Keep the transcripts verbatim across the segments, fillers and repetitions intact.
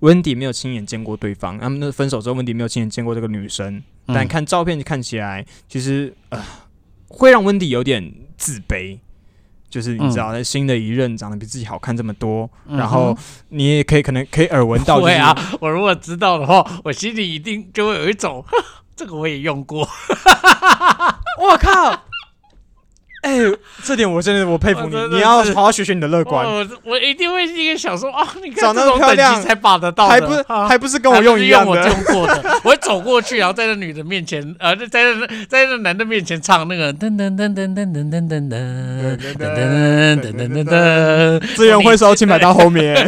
温迪没有亲眼见过对方，他们分手之后，温迪没有亲眼见过这个女生，嗯、但看照片看起来，其实呃会让温迪有点自卑。就是你知道，嗯、新的一任长得比自己好看这么多，嗯、然后你也可以可能可以耳闻到、就是， 对啊，我如果知道的话，我心里一定就会有一种，这个我也用过， 我靠！哎、欸，这点我真的我佩服你，你要好好学学你的乐观。 我我一定会一个想说啊，你看长这种等级才把得到的， 还不是、啊、还不是跟我用一样的， 我用过的。我会走过去，然后在那女的面前，呃，在那在那男的面前唱那个噔噔噔噔噔噔噔噔噔噔噔噔噔噔噔， 资源会收，请摆到后面。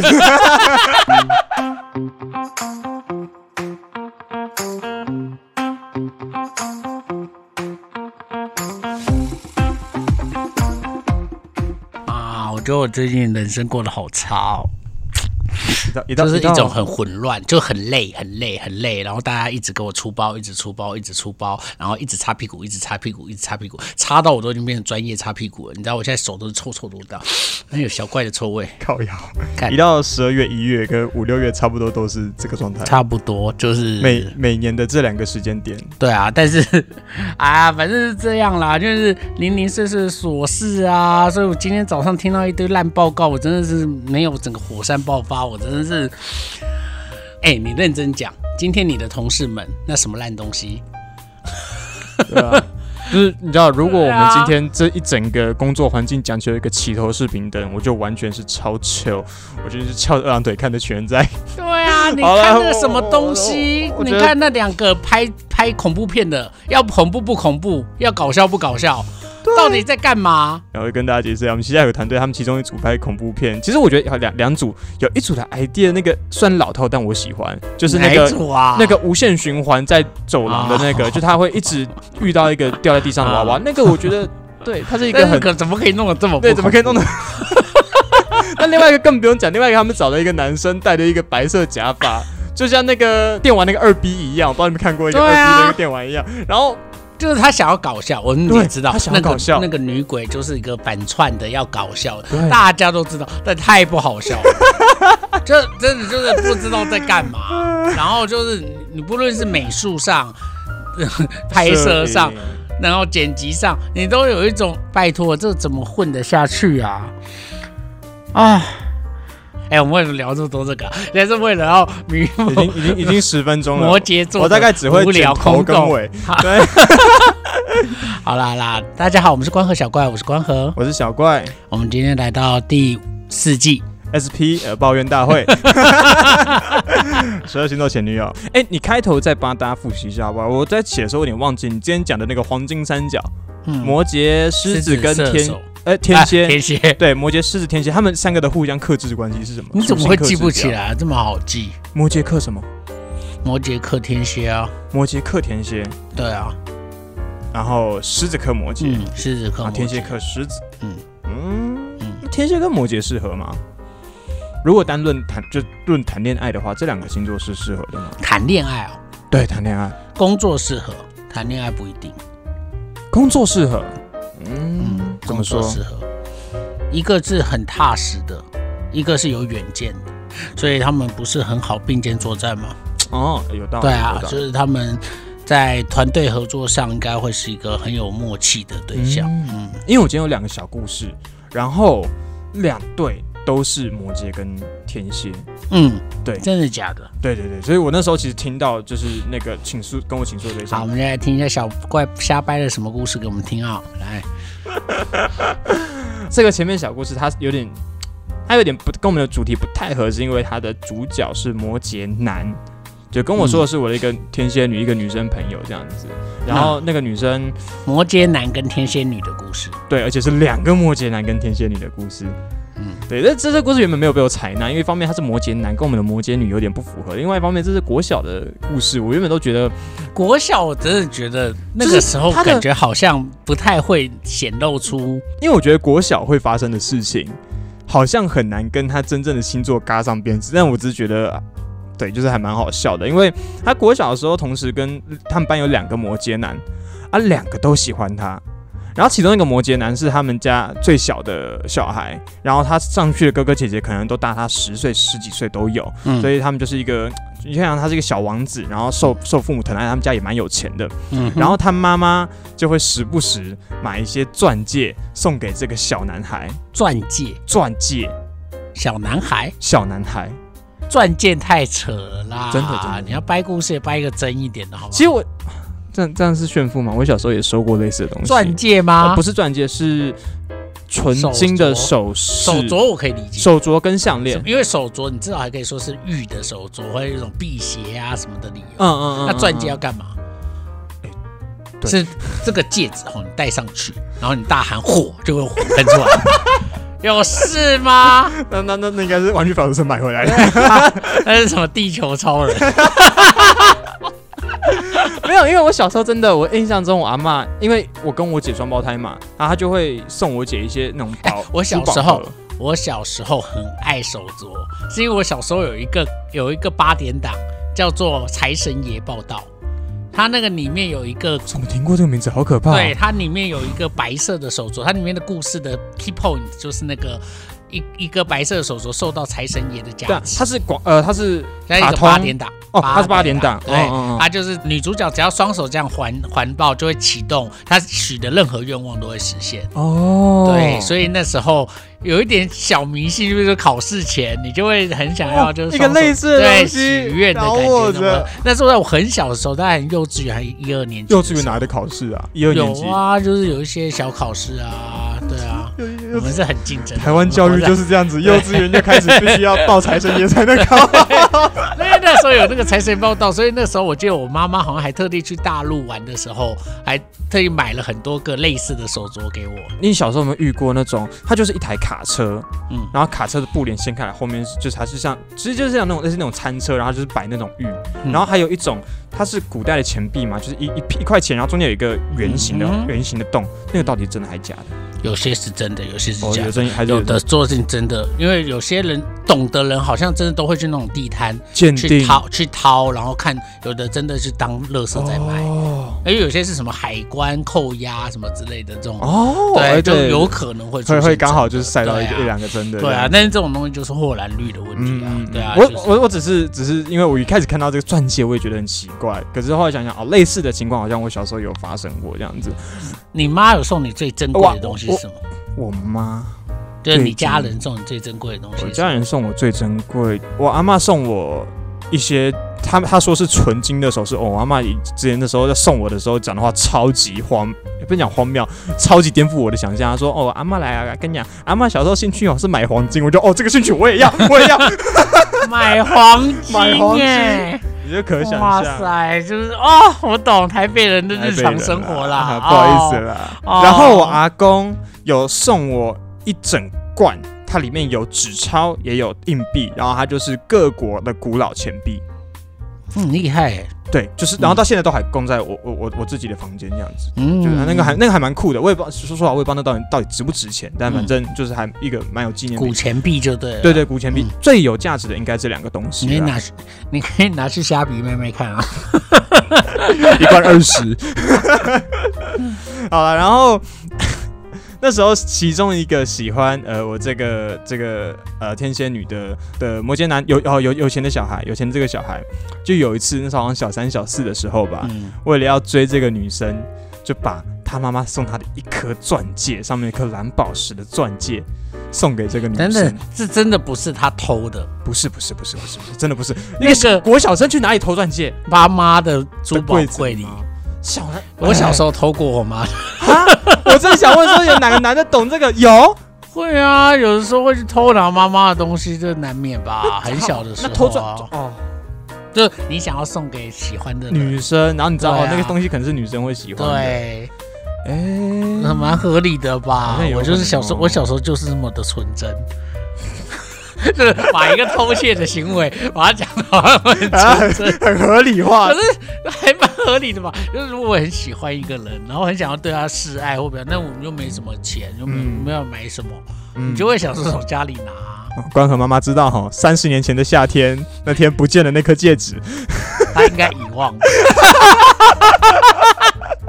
我觉得我最近人生过得好差哦，就是一种很混乱，就很累很累很累，然后大家一直给我出包，一直出包，一直出包，然后一直擦屁股，一直擦屁股，一直擦屁股，擦到我都已经变成专业擦屁股了。你知道我现在手都是臭臭的味道，很有小怪的臭味。 靠腰，一到十二月、一月跟五六月差不多都是这个状态， 差不多就是每每年的这两个时间点。 对啊，但是啊，反正是这样啦，就是零零碎碎的琐事啊。所以我今天早上听到一堆烂报告，我真的是没有整个火山爆发，我真的是。哎、欸，你认真讲，今天你的同事们那什么烂东西？ 对啊，就是你知道，如果我们今天这一整个工作环境讲起了一个齐头式平等，我就完全是超 chill， 我就是翘二郎腿看着全在。 对啊，你看那什么东西？你看那两个拍拍恐怖片的，要恐怖不恐怖，要搞笑不搞笑？到底在干嘛？ 然后跟大家解释一下，我们旗下有个团队，他们其中一组拍恐怖片。其实我觉得两两组，有一组的 idea 那个虽然老套，但我喜欢，就是那个、 啊、 那个无限循环在走廊的那个，啊、就他会一直遇到一个掉在地上的娃娃，啊、那个我觉得对，它是一个很可怎么可以弄得这么不对，怎么可以弄得？那另外一个更不用讲，另外一个他们找了一个男生戴着一个白色假发，就像那个电玩那个二 B 一样，我不知道你们看过一个二 B 的那个电玩一样，然后。 就是他想要搞笑，我们也知道， 他想要搞笑、 那个，那个女鬼就是一个反串的，要搞笑的，大家都知道，但太不好笑了，就真的就是不知道在干嘛。然后就是你不论是美术上、拍摄上，然后剪辑上，你都有一种拜托，这怎么混得下去啊？啊！哎、欸，我们为什么聊这么多这个？也是为了要已经已经已经十分钟了。 摩羯座， 我大概只会剪头跟尾。对， 好啦好啦，大家好，我们是关河小怪，我是关河， 我是小怪。 我们今天来到第四季 S P 呃抱怨大会，十二星座前女友。哎、欸，你开头再帮大家复习一下好不好？我在写的时候有点忘记，你今天讲的那个黄金三角，嗯、摩羯、狮子跟天。哎、欸，天蝎， 啊、天蝎， 对，摩羯、狮子、天蝎，他们三个的互相克制关系是什么？ 你怎么会记不起来、啊？这么好记？ 摩羯克什么？ 摩羯克天蝎啊。 摩羯克天蝎。 对啊。 然后狮子克摩羯， 嗯，狮子克摩羯， 天蝎克狮子。嗯嗯嗯， 天蝎跟摩羯适合吗？如果单论谈就论谈恋爱的话，这两个星座是适合的吗？ 谈恋爱哦。 对，谈恋爱。 工作适合，谈恋爱不一定。 工作适合。嗯。 嗯怎么说？ 适合，一个是很踏实的，一个是有远见的，所以他们不是很好并肩作战吗？ 哦，有道理。 对啊，就是他们在团队合作上应该会是一个很有默契的对象。嗯， 嗯因为我今天有两个小故事，然后两对都是摩羯跟天蝎。 嗯， 对， 真的假的？ 对对对，所以我那时候其实听到就是那个倾诉跟我倾诉的对象。 好，我们来听一下小怪瞎掰了什么故事给我们听啊、哦！来。 这个前面小故事，它有点，它有点不跟我们的主题不太合，是因为它的主角是摩羯男，就跟我说的是我的一个天蝎女，一个女生朋友这样子。然后那个女生， 摩羯男跟天蝎女的故事， 对，而且是两个摩羯男跟天蝎女的故事。嗯，对，这这这故事原本没有被我采纳，因为一方面他是摩羯男，跟我们的摩羯女有点不符合；另外一方面，这是国小的故事，我原本都觉得国小，我真的觉得那个时候感觉好像不太会显露出， 因为我觉得国小会发生的事情，好像很难跟他真正的星座嘎上边。但我只是觉得，对，就是还蛮好笑的，因为他国小的时候，同时跟他们班有两个摩羯男，啊，两个都喜欢他。 然后其中一个摩羯男是他们家最小的小孩，然后他上去的哥哥姐姐可能都大他十岁、十几岁都有，嗯、所以他们就是一个，你想他是一个小王子，然后受受父母疼爱，他们家也蛮有钱的。嗯、然后他妈妈就会时不时买一些钻戒送给这个小男孩。 钻戒， 钻戒， 小男孩， 小男孩。 钻戒太扯了啦！ 真的，真的， 你要掰故事也掰一个真一点的，好不好？ 其实我这样这样是炫富吗？我小时候也收过类似的东西。 钻戒吗、 呃？不是钻戒，是纯金的首饰。 手镯我可以理解， 手镯跟项链， 因为手镯你至少还可以说是玉的手镯，或者一种辟邪啊什么的理由。 嗯嗯 嗯, 嗯。 那钻戒要干嘛？欸、是这个戒指哦，你戴上去，然后你大喊火，就会火喷出来。有事吗？ 那那那那应该是玩具反斗城买回来的。 那是什么地球超人？ 没有，因为我小时候真的，我印象中我阿嬷，因为我跟我姐双胞胎嘛，然后她就会送我姐一些那种宝。欸、 我小时候，我小时候很爱手镯，是因为我小时候有一个有一个八点档叫做《财神爷报道》。它那个里面有一个， 怎么听过这个名字？好可怕、哦！ 对，它里面有一个白色的手镯，它里面的故事的 key point 就是那个一一个白色的手镯受到财神爷的加持。 对，它是广呃，它是卡通八点档哦，它是八点档。 对，它、哦哦、就是女主角只要双手这样环环抱，就会启动，她许的任何愿望都会实现。哦，对，所以那时候有一点小迷信，就是考试前你就会很想要，就是、哦、 一个类似的东西许愿的感觉。那时候在我很小的时候，大概幼稚园还一二年级， 幼稚园哪来的考试啊？一二年级有啊，就是有一些小考试啊，对啊，我们是很竞争。 台湾教育就是这样子，幼稚园就开始必须要报财神爷才能考。 因为那时候有那个财神爷报道，所以那时候我记得我妈妈好像还特地去大陆玩的时候，还特意买了很多个类似的手镯给我。 你小时候有没有遇过那种？它就是一台卡车，嗯，然后卡车的布帘掀开来，后面就是它是像，其实就是像那种类似那种餐车，然后就是摆那种玉，嗯、然后还有一种它是古代的钱币嘛，就是一一一块钱，然后中间有一个圆形的圆、嗯、形的洞，那个到底真的还假的？ 有些是真的，有些是假的， 哦、有, 还是有, 有的做事真的，因为有些人懂的人好像真的都会去那种地摊鉴定去掏去掏，然后看有的真的是当垃圾在卖，哦，而有些是什么海关扣押什么之类的这种， 哦， 对，就有可能会出现会会刚好就是晒到一、啊、一两个真的， 对啊，但是这种东西就是或然率的问题啊，嗯、对啊， 我、 就是、 我我只是只是因为我一开始看到这个钻戒，我也觉得很奇怪，可是后来想想，哦，类似的情况好像我小时候有发生过这样子。 你妈有送你最珍贵的东西是什么？ 我妈， 就是你家人送你最珍贵的东西。 我家人送我最珍贵，我阿嬷送我一些，他他说是纯金的首饰。哦，我阿嬷之前的时候在送我的时候讲的话超级荒，也不是讲荒谬，超级颠覆我的想象。他说：“哦，阿嬷来啊，跟你讲，阿嬷小时候兴趣哦是买黄金。”我就哦，这个兴趣我也要，我也要买黄金， 买黄金。你就可想象， 哇塞，就是哦，我懂台北人的日常生活啦， 啊、不好意思啦。哦、然后我阿公有送我一整罐，它里面有纸钞，也有硬币，然后它就是各国的古老钱币， 很厉害耶。 对，就是，然后到现在都还供在我我我我自己的房间这样子，嗯，就是那个还那个还蛮酷的，我也不知道说实话，我也不知道那到底到底值不值钱，但反正就是还一个蛮有纪念。 古钱币就对了， 对对，古钱币、嗯、最有价值的应该这两个东西。 你可以拿去，你可以拿去虾皮卖卖看啊， 一罐二十。好了，然后。那时候，其中一个喜欢呃我这个这个呃天蝎女的的摩羯男有哦有有钱的小孩，有钱这个小孩，就有一次那时候好像小三小四的时候吧，嗯、为了要追这个女生，就把他妈妈送他的一颗钻戒，上面一颗蓝宝石的钻戒送给这个女生。 真的，这真的不是他偷的， 不是不是不是不是不是，真的不是。那个国小生去哪里偷钻戒？ 爸妈的珠宝柜里。 小孩， 我小时候偷过我妈的。 我真的想问说，有哪个男的懂这个？有， 会啊，有的时候会去偷拿妈妈的东西，这难免吧。很小的时候、啊， 那偷钻哦， 就你想要送给喜欢的女生，然后你知道、啊、哦，那个东西可能是女生会喜欢的。 对，哎、欸，蛮合理的吧？我就是小时候，我小时候就是这么的纯真。就是把一个偷窃的行为，把它讲的好像很纯真、 啊，很合理化， 可是还蛮合理的吧？就是如果我很喜欢一个人，然后很想要对他示爱或者，那我们又没什么钱，又没有、嗯、没有买什么，嗯、你就会想说从家里拿。 关和妈妈知道哈，三十年前的夏天，那天不见了那颗戒指， 他应该遗忘了。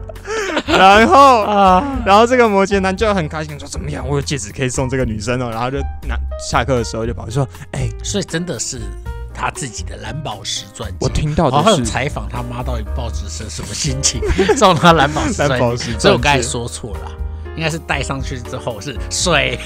然后啊，然后这个摩羯男就很开心，说怎么样，我有戒指可以送这个女生哦，然后就拿下课的时候就跑去说，哎、欸， 所以真的是他自己的蓝宝石钻戒。 我听到的是， 然后有采访他妈到底抱持是什么心情送他蓝宝石钻戒，所以我刚才说错了，应该是戴上去之后是水。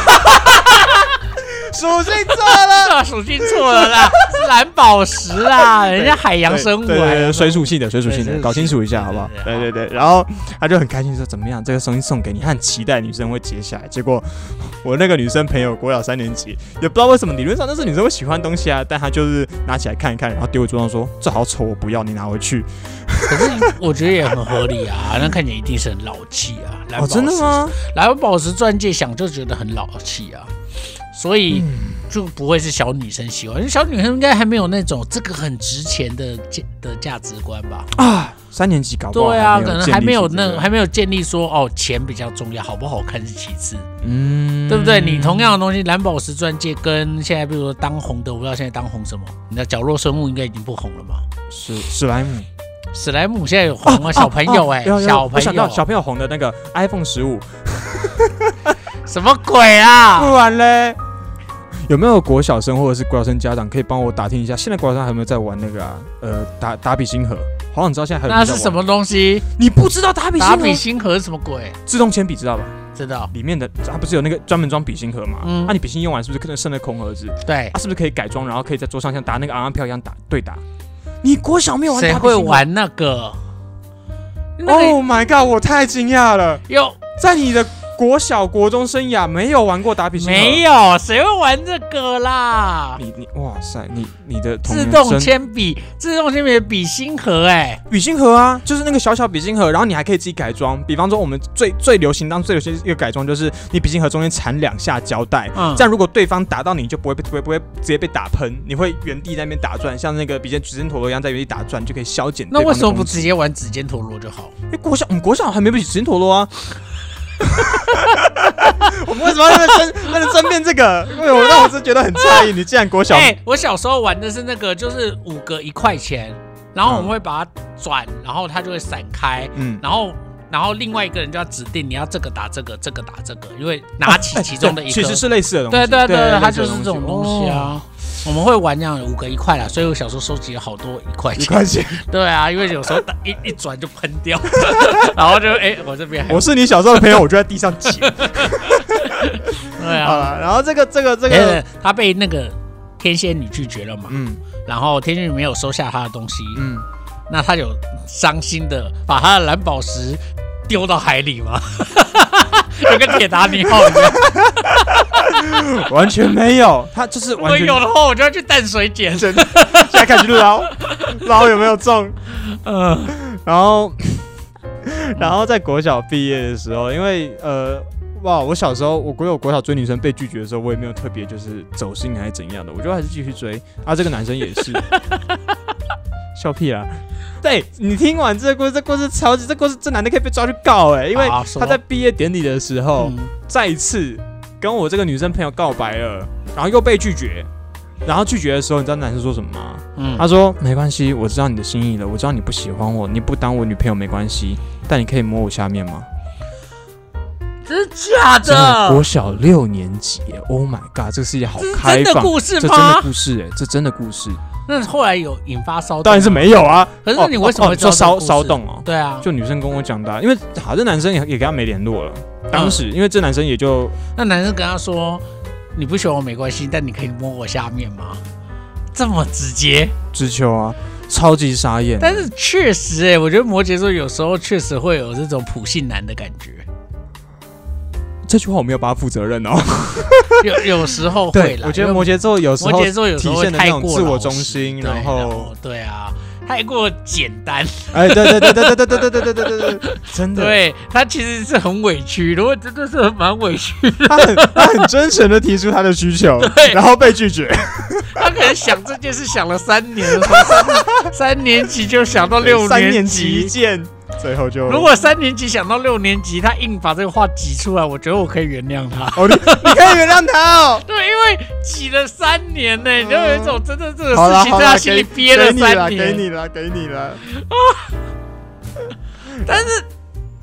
属性错了， 属性错了啦，是蓝宝石啦，人家海洋生物， 对对对，水属性的，水属性的，搞清楚一下好不好？对对对，然后他就很开心说怎么样，这个东西送给你，他很期待女生会接下来。结果我那个女生朋友国小三年级，也不知道为什么，理论上那是女生会喜欢的东西啊，但她就是拿起来看一看，然后丢回桌上说这好丑，我不要，你拿回去。 可是我觉得也很合理啊，那看起来一定是很老气啊。蓝宝石， 哦，真的吗？ 蓝宝石钻戒想就觉得很老气啊。所以就不会是小女生喜欢，因为小女生应该还没有那种这个很值钱的的价值观吧？ 啊，三年级搞不好对啊，可能还没有那个还没有建立说哦，钱比较重要，好不好看是其次， 嗯， 对不对？你同样的东西，蓝宝石钻戒跟现在比如说当红的，我不知道现在当红什么，你的角落生物应该已经不红了嘛？ 史史莱姆， 史莱姆现在有红啊，小朋友哎、欸， 哦哦、 小朋友， 小朋友红的那个 iPhone 十五， 什么鬼啊？ 不然嘞？有没有国小生或者是国小生家长可以帮我打听一下，现在国小生还有没有在玩那个啊？呃，打打比星河？好想知道现在还有没有在玩。 那是什么东西？ 你不知道打比星河？ 打比星河是什么鬼？ 自动铅笔知道吧？ 知道。 里面的它不是有那个专门装笔芯盒嘛？嗯。那、啊、你笔芯用完是不是可能剩那空盒子？ 对。 啊，是不是可以改装，然后可以在桌上像打那个昂昂票一样打对打？你国小没有玩打比星河？谁会玩那个？ 那個、Oh my god！ 我太惊讶了。 有在你的国小、国中生涯没有玩过打笔芯盒？ 没有，谁会玩这个啦？ 你你哇塞，你你的自动铅笔，自动铅笔的笔芯盒，哎， 笔芯盒啊，就是那个小小笔芯盒，然后你还可以自己改装。比方说，我们最最流行当最流行一个改装，就是你笔芯盒中间缠两下胶带，嗯、这样如果对方打到你，你就不会被不会不会直接被打喷，你会原地在那边打转，像那个笔尖指尖陀螺一样在原地打转，就可以消减。 那为什么不直接玩指尖陀螺就好？ 因为国小，我们国小还没有指尖陀螺啊。我们为什么要争在争辩这个？因为我让我是觉得很诧异，你竟然国小……哎、 欸，我小时候玩的是那个，就是五个一块钱，然后我们会把它转，然后它就会散开，嗯，然后然后另外一个人就要指定你要这个打这个，这个打这个，因为拿起其中的一个， 其实是类似的东西， 对对 对, 對，它就是这种东西啊。哦，我们会玩这样五个一块啦，所以我小时候收集了好多一块钱。 一块钱， 对啊，因为有时候一一转就喷掉，然后就哎、欸，我这边我是你小时候的朋友，我就在地上捡。 对啊， 好了，然后这个这个这个， 欸、他被那个天仙女拒绝了嘛，嗯，然后天仙女没有收下他的东西，嗯，那他有伤心的把他的蓝宝石丢到海里吗？就跟铁达尼号一样， 完全没有，他就是完全。 如果有的话，我就要去淡水捡， 现在开始捞，捞有没有中？嗯，然后，然后在国小毕业的时候，因为呃，哇，我小时候我国有国小追女生被拒绝的时候，我也没有特别就是走心还是怎样的，我觉得还是继续追啊。这个男生也是，笑屁啦。对，你听完这个故事，这故事超级，这故事这男的可以被抓去告哎、欸，因为他在毕业典礼的时候、嗯、再一次跟我这个女生朋友告白了，然后又被拒绝，然后拒绝的时候，你知道男生说什么吗？嗯，他说没关系，我知道你的心意了，我知道你不喜欢我，你不当我女朋友没关系，但你可以摸我下面吗？ 真的假的？ 真的国小六年级 ，Oh my god， 这个世界好开放， 这真的故事吗？ 这真的故事哎、欸，这真的故事。 那后来有引发骚动？ 当然是没有啊。 可是你为什么会说骚骚动哦？ 对啊， 就女生跟我讲的、啊，因为好，这男生也也跟他没联络了。当时、嗯、因为这男生也就那男生跟他说：“你不喜欢我没关系，但你可以摸我下面吗？”这么直接， 直球啊，超级傻眼。 但是确实哎、欸，我觉得摩羯座有时候确实会有这种普信男的感觉。 这句话我没有帮他负责任哦。 有有时候会啦， 我觉得摩羯座有时候摩羯座有时候会太过自我中心，然后对啊，太过简单。 哎，对对对对对对对对对对对对，真的。 对他其实是很委屈，如果真的是蛮委屈的。 他很他很真诚的提出他的需求，然后被拒绝。 他可能想这件事想了三年，从三三年级就想到六年级， 三年级一见。最后就， 如果三年级想到六年级，他硬把这个话挤出来，我觉得我可以原谅他。 哦，你你可以原谅他哦。 对，因为挤了三年呢、欸，你就有一种真的这个事情在他心里憋了三年。 给你了，给你了，给你了。 但是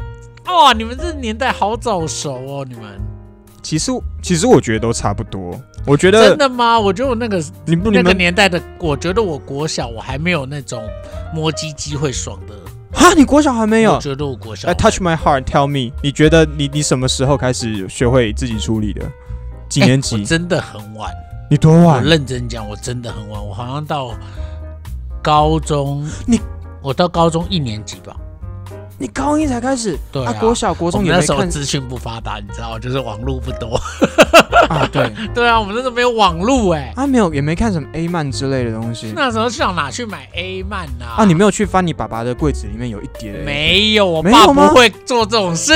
哦，你们这年代好早熟哦，你们。 其实其实我觉得都差不多。我觉得真的吗？我觉得我那个你不那个年代的，我觉得我国小我还没有那种摸鸡鸡会爽的。 哈，你国小还没有？ 我觉得我国小。 来 touch my heart, tell me， 你觉得你你什么时候开始学会自己处理的？几年级？ 欸、我真的很晚。 你多晚？ 我认真讲，我真的很晚。我好像到高中， 你我到高中一年级吧。 你高一才开始？ 对啊， 啊国小国中也没看。 我们那时候资讯不发达，你知道，就是网络不多。 啊，对， 对啊，我们那时候没有网络哎、欸。 啊，没有，也没看什么 A 漫之类的东西。 那时候上哪去买 A 漫啊？ 啊，你没有去翻你爸爸的柜子里面有一叠的？ 没有，我爸不会做这种事。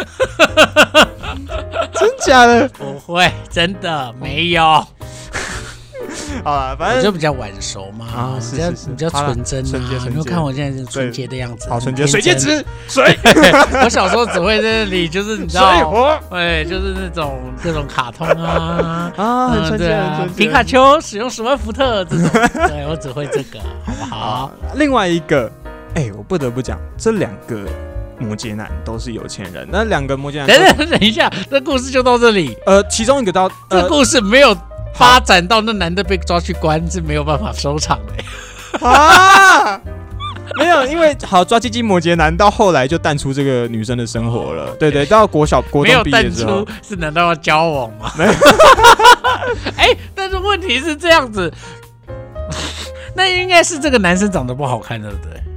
真假的？ 不会，真的没有。 好了，反正我就比较晚熟嘛， 啊，是是是， 比较纯真啊。 纯洁， 你有看我现在是纯洁的样子， 好纯洁，水戒指，水。 我小时候只会在那里，就是你知道， 水火， 对，就是那种各种卡通啊啊，很纯洁，很纯洁。 皮卡丘使用史万福特这种，对我只会这个，好不好？ 另外一个，哎，我不得不讲，这两个摩羯男都是有钱人。那两个摩羯男， 等等等一下，这故事就到这里。 呃，其中一个到， 这故事没有发展到那男的被抓去关是没有办法收场的。 啊，没有，因为好抓鸡鸡摩羯男到后来就淡出这个女生的生活了。对对，到国小国中毕业之后， 没有淡出，是难道要交往吗？没有。哎，但是问题是这样子，那应该是这个男生长得不好看，对不对？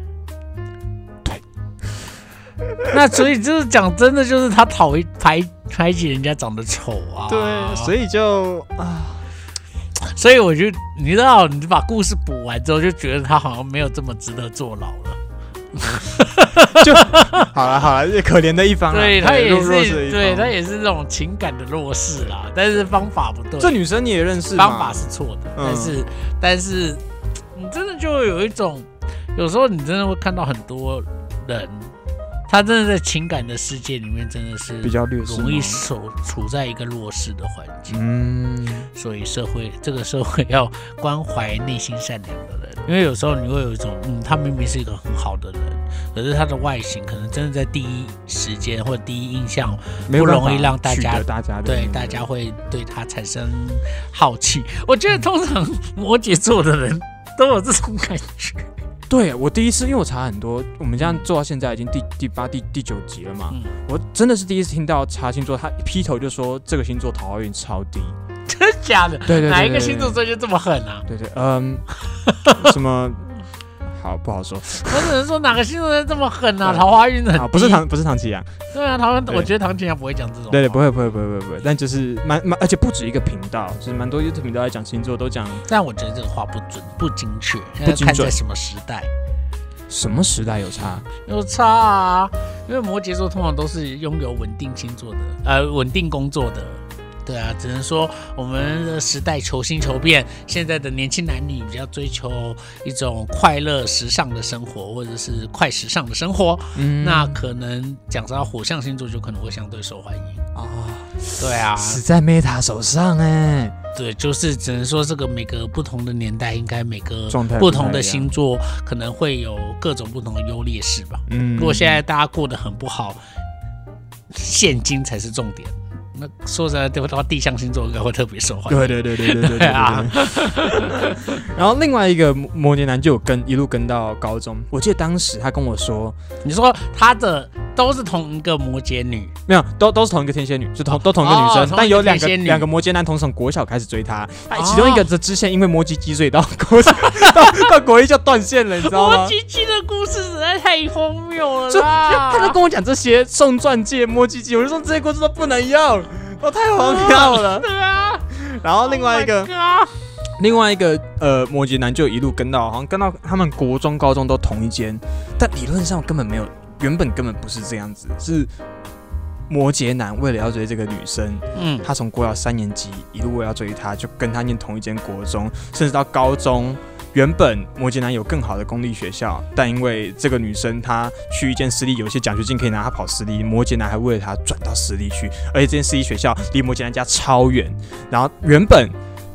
那所以就是讲真的，就是他讨厌排排挤人家长得丑啊。 对，所以就啊， 所以我就你知道，你把故事补完之后，就觉得他好像没有这么值得坐牢了。 就好了好了，可怜的一方、啊。 对他也是， 对他也是那种情感的弱势啦，但是方法不对。 这女生你也认识吗？ 方法是错的， 嗯、 但是但是你真的就有一种，有时候你真的会看到很多人。他真的在情感的世界里面，真的是比较劣势， 容易处处在一个弱势的环境。 嗯， 所以社会这个社会要关怀内心善良的人，因为有时候你会有一种，嗯，他明明是一个很好的人，可是他的外形可能真的在第一时间或者第一印象不容易让大家大家对大家会对他产生好奇。我觉得通常摩羯座的人都有这种感觉。 对，我第一次，因为我查很多，我们这样做到现在已经第第八、第第九集了嘛、嗯，我真的是第一次听到查星座，他一劈头就说这个星座桃花运超低， 真的假的？ 对 对, 对, 对, 对， 哪一个星座就这么狠啊？ 对对，嗯，什么？好不好说？ 我只能说哪个星座这么狠啊？桃花运很低， 不是唐不是唐綺阳， 对啊，桃花，我觉得唐綺阳不会讲这种， 对对，不会不会不会不会不会，但就是蛮蛮，而且不止一个频道，就是蛮多 YouTube 频道在讲星座，都讲， 但我觉得这个话不准不精确，不精准，看在什么时代。 什么时代有差？ 有差啊，因为摩羯座通常都是拥有稳定星座的，呃，稳定工作的。对啊，只能说我们的时代求新求变，现在的年轻男女比较追求一种快乐、时尚的生活，或者是快时尚的生活。嗯，那可能讲到火象星座就可能会相对受欢迎啊、哦。对啊， 死在 Meta 手上哎、欸。 对，就是只能说这个每个不同的年代，应该每个不同的星座可能会有各种不同的优劣势吧。嗯，如果现在大家过得很不好，现金才是重点。那说实在的话，地象星座应该会特别受欢迎。 对对对对对对对对啊！然后另外一个摩羯男就有跟一路跟到高中，我记得当时他跟我说， 你说他的都是同一个摩羯女， 没有，都都是同一个天蝎女，就同都同一个女生，哦、但有两个两个摩羯男同时从国小开始追她，哦、其中一个的支线因为摩羯鸡，所以到国到到国一就断线了，你知道吗？ 摩羯鸡的故事实在太荒谬了啦！ 他就跟我讲这些送钻戒、摩羯鸡，我就说这些故事都不能用。哦，太荒谬了！ 对啊， 然后另外一个， oh、 另外一个呃，摩羯男就一路跟到，好像跟到他们国中、高中都同一间，但理论上根本没有，原本根本不是这样子，是摩羯男为了要追这个女生，嗯，他从国小三年级一路为了要追她，就跟她念同一间国中，甚至到高中。原本摩羯男有更好的公立学校，但因为这个女生她去一间私立，有一些奖学金可以拿，她跑私立，摩羯男还为了她转到私立去，而且这间私立学校离摩羯男家超远。然后原本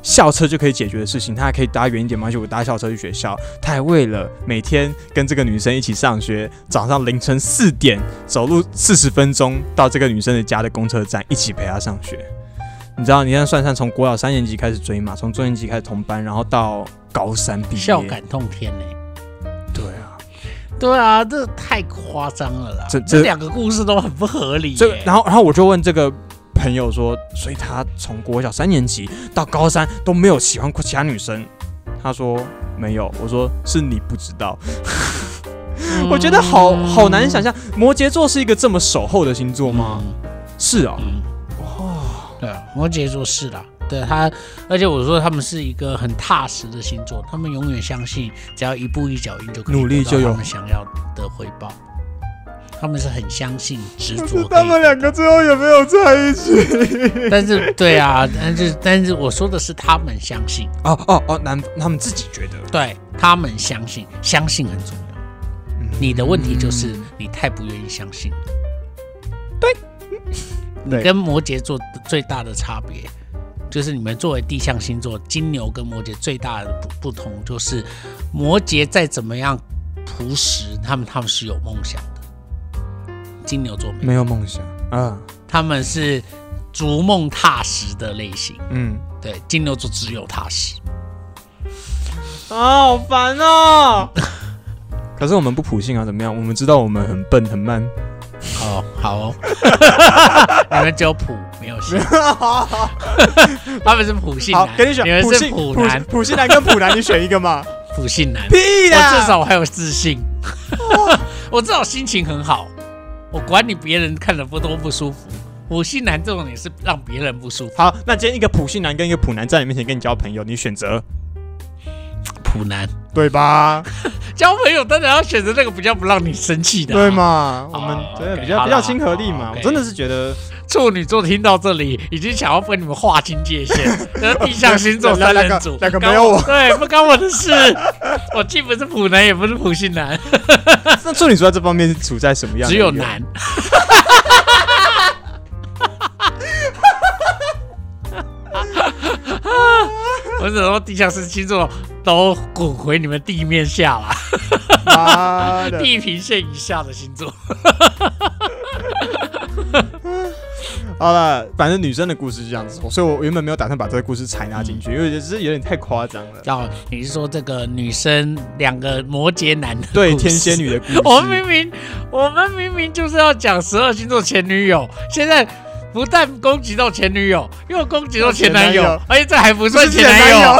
校车就可以解决的事情，他还可以搭远一点嘛，就我搭校车去学校。他还为了每天跟这个女生一起上学，早上凌晨四点走路四十分钟到这个女生的家的公车站，一起陪她上学。你知道，你看算算，从国小三年级开始追嘛，从中年级开始同班，然后到高三毕业， 孝感痛天嘞、欸。 对啊， 对啊，这太夸张了啦！这这两个故事都很不合理、欸。 这然后然后我就问这个朋友说，所以他从国小三年级到高三都没有喜欢过其他女生？他说没有。我说是你不知道。嗯、我觉得好好难想象，摩羯座是一个这么守候的星座吗？嗯、是啊。嗯对啊，摩羯座是啦，对他，而且我说他们是一个很踏实的星座，他们永远相信只要一步一脚印就可以努力就有他们想要的回报。他们是很相信执着。 他们两个最后也没有在一起。 但是，对啊，但是但是我说的是他们相信。 哦哦哦，男他们自己觉得。 对，他们相信，相信很重要。嗯、你的问题就是你太不愿意相信。 对。 你跟摩羯座最大的差别，就是你们作为地象星座，金牛跟摩羯最大的 不, 不同就是，摩羯再怎么样朴实，他们他们是有梦想的，金牛座没有没有梦想啊， 他们是逐梦踏实的类型。 嗯， 对，金牛座只有踏实。 啊，好烦哦！可是我们不普信啊，怎么样？我们知道我们很笨很慢。 哦，好哦，你们只有普没有信，他们是普信男， 好，给你选， 你们是普男， 普信男跟普男，你选一个嘛？ 普信男， 屁啦！ 我至少我还有自信，我至少心情很好，我管你别人看了不多不舒服。普信男这种也是让别人不舒服。 好，那今天一个普信男跟一个普男在你面前跟你交朋友，你选择普男， 对吧？ 交朋友当然要选择那个比较不让你生气的、啊， 对嘛？我们对、 okay, 比较比较亲和力嘛。我真的是觉得处女座听到这里已经想要跟你们划清界限，地象星座三人组， 两个没有我， 对，不干我的事。我既不是普男，也不是普信男。 那处女座在这方面是处在什么样的？ 只有男。我只能说地象星座都滚回你们地面下啦，地平线以下的星座。 好了，反正女生的故事是这样子，所以我原本没有打算把这个故事采纳进去，因为我觉得有点太夸张了。 哦，你是说这个女生两个摩羯男的对天蝎女的故事？ 我们明明我们明明就是要讲十二星座前女友，现在不但攻击到前女友，又攻击到前男友，而且这还不算前男友。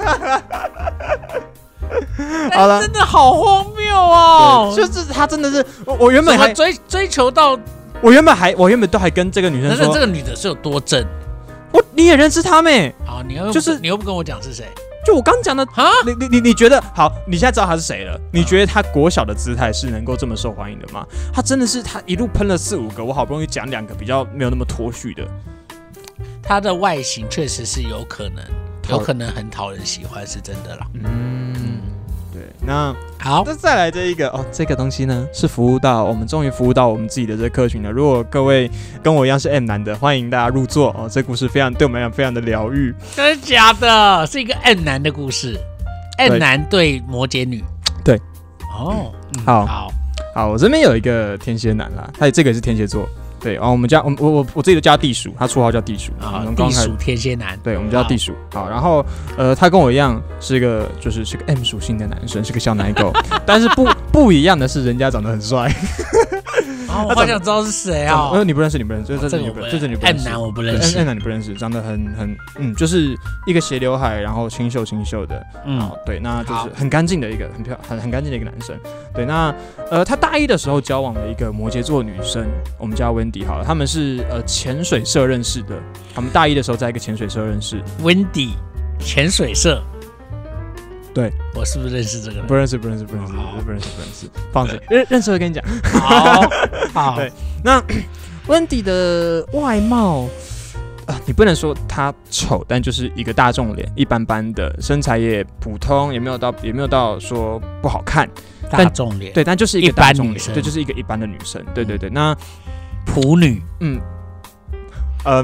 好了，真的好荒谬哦！ 就是他真的是，我, 我原本还追追求到， 我原本还我原本都还跟这个女生说， 这个女的是有多正？ 我你也认识她咩？ 好，你又就是你又不跟我讲是谁？ 就我刚讲的啊，你你你你觉得好？你现在知道他是谁了？你觉得他国小的姿态是能够这么受欢迎的吗？他真的是他一路喷了四五个，我好不容易讲两个比较没有那么脱序的。 他的外形确实是有可能，有可能很讨人喜欢，是真的啦。 嗯，对。那好， 那再来这一个哦，这个东西呢是服务到我们终于服务到我们自己的这个客群了。如果各位跟我一样是 M 男的，欢迎大家入座哦。这故事非常对我们来讲非常的疗愈。 真的假的？是一个 M 男的故事。M 男对摩羯女。 对。 哦， 嗯、好好好，我这边有一个天蝎男啦，他这个也是天蝎座。对，然后我们家我我我我自己都叫他地鼠，他绰号叫地鼠啊，地鼠天蝎男。 对，我们叫地鼠。好，然后呃，他跟我一样是一个就是是个 M 属性的男生，是个小奶狗，但是不不一样的是，人家长得很帅。 哦，我好想知道是谁啊？ 呃，你不认识，你不认识，这这你不，这你不认识。 M 男我不认识 ，M 男你不认识，长得很很嗯，就是一个斜刘海，然后清秀清秀的，嗯，对，那就是很干净的一个很漂很很干净的一个男生。对，那呃，他大一的时候交往了一个摩羯座女生，我们叫 Wendy 好了，他们是呃潜水社认识的，他们大一的时候在一个潜水社认识。 Wendy 潜水社。 对， 我是不是认识这个人？ 不认识，不认识，不认识，不认识，不认识。放心，认认识会跟你讲。 好，好。 对，那 Wendy 的外貌啊，你不能说她丑，但就是一个大众脸，一般般的，身材也普通，也没有到，也没有到说不好看。 大众脸， 对，但就是一个大众脸，对，就是一个一般的女生。对对对，那普女， 嗯嗯。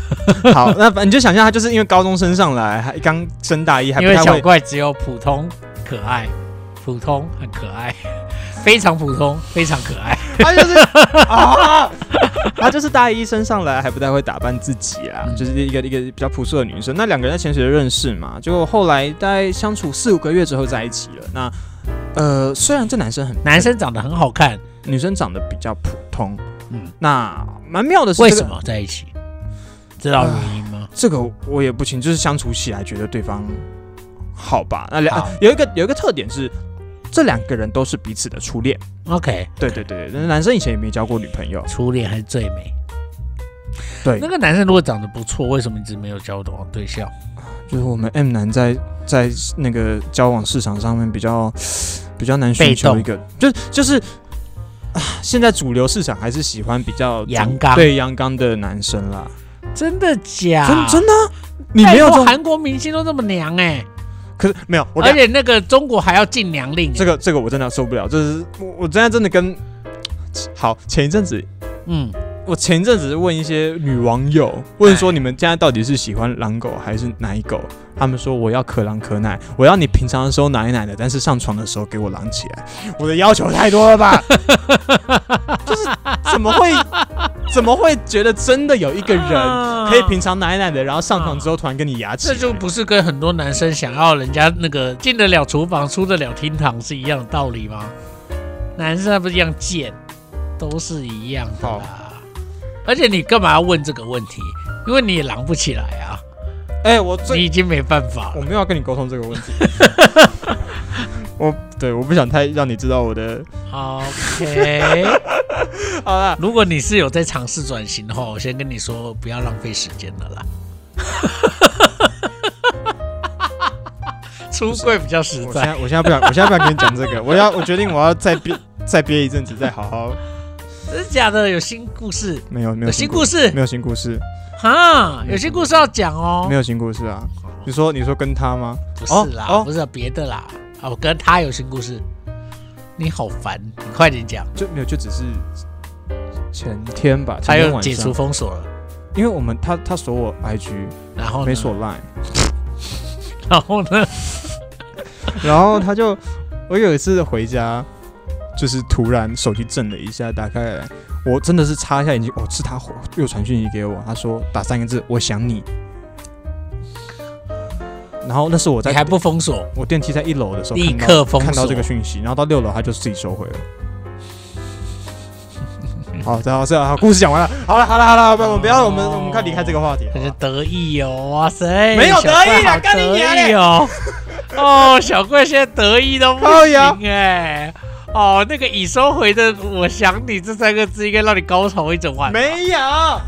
好，那反正你就想象他就是因为高中升上来，还刚升大一，还不因为太会。 小怪只有普通可爱，普通很可爱，非常普通，非常可爱。 他就是啊，他就是大一升上来还不太会打扮自己啊，嗯、就是一个一个比较朴素的女生。那两个人在潜水的认识嘛，就后来大概相处四五个月之后在一起了。那呃，虽然这男生很男生长得很好看， 女生长得比较普通，嗯，那蛮妙的是、这个， 为什么在一起？知道原因吗？呃、 这个我也不清，就是相处起来觉得对方好吧。那两、呃、有一个有一个特点是，这两个人都是彼此的初恋。 OK， 对对对，男生以前也没交过女朋友， 初恋还是最美。 对， 那个男生如果长得不错，为什么一直没有交到对象？ 就是我们 M 男在在那个交往市场上面比较比较难寻求一个，就就是啊，现在主流市场还是喜欢比较阳刚， 对阳刚的男生啦。 真的假？ 真真的？你没有这种韩国明星都这么娘哎、欸？ 可是没有，我而且那个中国还要禁娘令、欸， 这个这个我真的受不了。就是我我现在真的跟好前一阵子，嗯。我前一阵子问一些女网友，问说你们现在到底是喜欢狼狗还是奶狗？他们说我要可狼可奶，我要你平常的时候奶奶的，但是上床的时候给我狼起来。我的要求太多了吧？就是怎么会怎么会觉得真的有一个人可以平常奶奶的，然后上床之后突然跟你牙起来？ 这就不是跟很多男生想要人家那个进得了厨房出得了厅堂是一样的道理吗？男生还不是一样贱，都是一样的啦。而且你干嘛要问这个问题？因为你也狼不起来啊！ 哎、欸，我你已经没办法了， 我没有要跟你沟通这个问题。我对，我不想太让你知道我的。 OK， 好啦， 如果你是有在尝试转型的话，我先跟你说，不要浪费时间了啦。出柜比较实在。 我现在我现在不想，我现在不想跟你讲这个。我要，我决定我要再憋再憋一阵子，再好好。 真的假的？有新故事？ 没有，没有有新故事， 没有新故事。 哈，有新故事要讲哦。 没有新故事啊？你说，你说跟他吗？ 不是啦，哦、不是别的啦。我跟他有新故事。你好烦，你快点讲。 就没有，就只是前天吧。 他又解除封锁了， 因为我们他他锁我 I G， 然后没锁 Line， 然后呢？ 然后他就，我有一次回家。就是突然手机震了一下，打开来，我真的是擦一下眼睛，哦，是他又传讯息给我，他说打三个字，我想你。然后那是我在你还不封锁， 我电梯在一楼的时候立刻封锁看到这个讯息，然后到六楼他就自己收回了。好，这好，这好，故事讲完了，好了，好了，好了，我们不要，我们我们快离开这个话题。 他就得意哦，哇塞， 没有得意啊，干你娘嘞！ 哦，哦，小贵现在得意都不行哎。哦，那个已收回的“我想你”这三个字，应该让你高潮一整晚。 没有，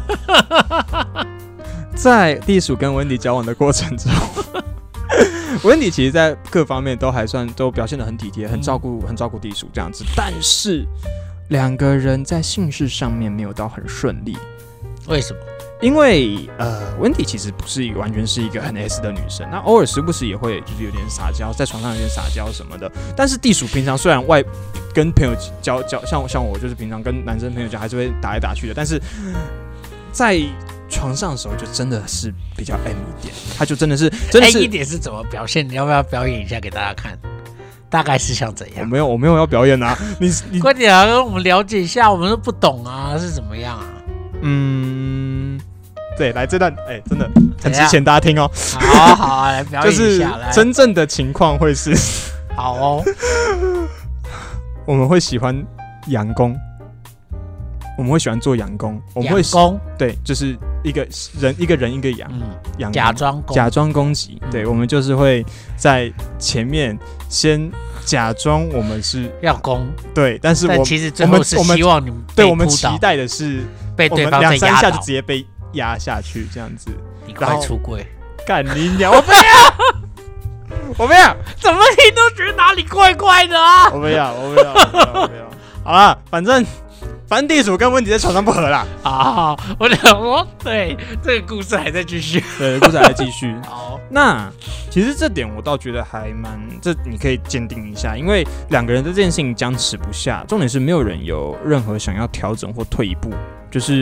在地鼠跟温迪交往的过程中，温迪其实在各方面都还算都表现得很体贴，很照顾，很照顾地鼠这样子。但是两个人在性事上面没有到很顺利。 为什么？ 因为呃，温迪其实不是一个完全是一个很 S 的女生，那偶尔时不时也会就是有点撒娇，在床上有点撒娇什么的。但是地鼠平常虽然外跟朋友交交，像像我就是平常跟男生朋友交还是会打来打去的，但是在床上的时候就真的是比较 M 一点，他就真的是真的是 M 一点是怎么表现？你要不要表演一下给大家看？大概是像怎样？ 我没有，我没有要表演啊！你你快点啊，让我们了解一下，我们都不懂啊，是怎么样啊？ 嗯。对，来这段，哎、欸，真的很值钱，大家听哦。 好好，来表演一下， 就是真正的情况会是， 好哦， 我们会喜欢佯攻，我们会喜欢做佯攻，我们会攻， 对，就是一个人一个人一个佯，佯、嗯、 假装假装攻击，嗯、对，我们就是会在前面先假装我们是要攻， 对，但是我但其实最后是希望你们对我们期待的是被对方两三下就直接被压下去这样子， 你快出柜！ 干你娘！我不要，我不要！ 怎么听都觉得哪里怪怪的啊！ 我不要，我不要，我不要，我不要！好啦，反正反正地鼠跟温迪在床上不合啦。 好，我想说，对，这个故事还在继续， 对，故事还在继续。 好， 那其实这点我倒觉得还蛮，这你可以鉴定一下，因为两个人的这件事情僵持不下，重点是没有人有任何想要调整或退一步，就是。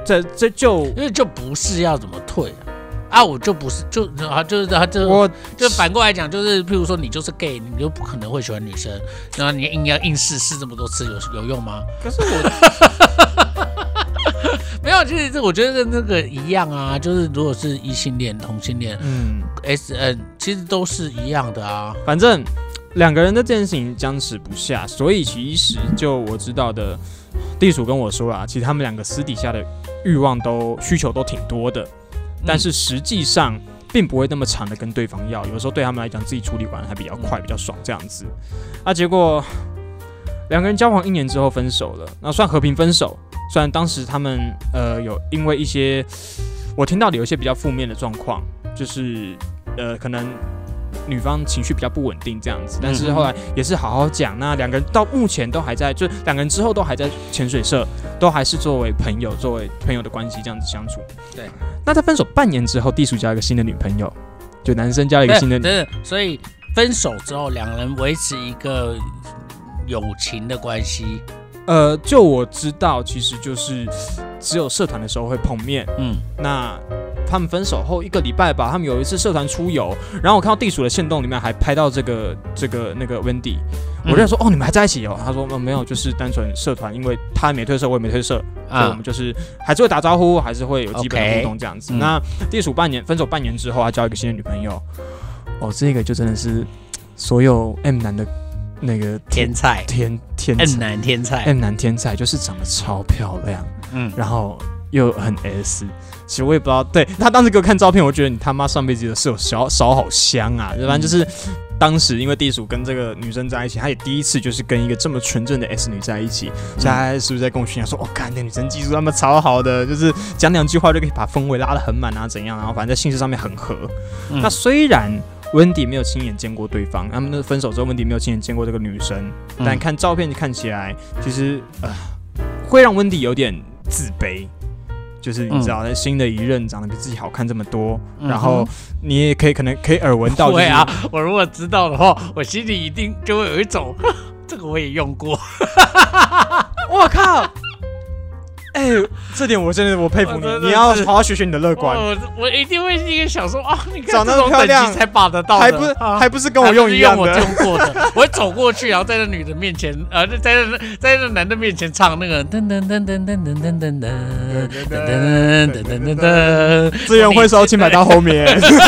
这这就因为就不是要怎么退啊。啊，我就不是，就啊，就是他就我就反过来讲，就是譬如说你就是 gay， 你就不可能会喜欢女生，然后你硬要硬试试这么多次，有有用吗？ 可是我没有，其实这我觉得跟那个一样啊，就是如果是异性恋、同性恋，嗯 ，S N 其实都是一样的啊。 反正两个人的这件事情僵持不下，所以其实就我知道的，地主跟我说啦，其实他们两个私底下的欲望都需求都挺多的。但是实际上并不会那么长的跟对方要，有时候对他们来讲自己处理完还比较快，比较爽这样子。啊，结果两个人交往一年之后分手了，那算和平分手。虽然当时他们呃有因为一些我听到的有一些比较负面的状况，就是呃可能女方情绪比较不稳定这样子，但是后来也是好好讲。那两个人到目前都还在，就两个人之后都还在潜水社，都还是作为朋友，作为朋友的关系这样子相处。 对。 那在分手半年之后，地鼠交一个新的女朋友，就男生交了一个新的女朋友。 所以分手之后，两人维持一个友情的关系。 呃，就我知道，其实就是只有社团的时候会碰面。嗯，那他们分手后一个礼拜吧，他们有一次社团出游，然后我看到地鼠的限动里面还拍到这个这个那个 Wendy， 我就说、嗯、哦，你们还在一起哦？他说、嗯、没有，就是单纯社团，因为他没退社，我也没退社，所以我们就是还是会打招呼，还是会有基本的互动这样子。Okay, 那地鼠半年分手半年之后，他交一个新的女朋友，哦，这个就真的是所有 M 男的。那个天才， 天天 M 男天才 ，M 男天才就是长得超漂亮，嗯，然后又很 S。其实我也不知道，对他当时给我看照片，我觉得你他妈上辈子的室友烧烧好香啊！反正就是当时因为地鼠跟这个女生在一起，他也第一次就是跟一个这么纯正的 S 女在一起，所以他是不是在跟我炫耀说，哦，干那女生技术他妈超好的，就是讲两句话就可以把氛围拉得很满啊，怎样？然后反正在性事上面很合。嗯、那虽然Wendy 没有亲眼见过对方，他们分手之后，Wendy 没有亲眼见过这个女生，嗯、但看照片看起来，其实呃会让 Wendy 有点自卑，就是你知道，嗯、新的一任长得比自己好看这么多，嗯、然后你也可以可能可以耳闻到、就是， 对啊，我如果知道的话，我心里一定就会有一种，这个我也用过， 我靠！哎、欸，这点我真的我佩服你，你要好好学学你的乐观。 我我一定会一个想说啊，你看这种等级才把得到的， 还不是、啊、还不是跟我用一样的， 我用过的。我会走过去，然后在那女的面前，呃，在那在那男的面前唱那个噔噔噔噔噔噔噔噔噔噔噔噔噔噔， 资源回收，请摆到后面。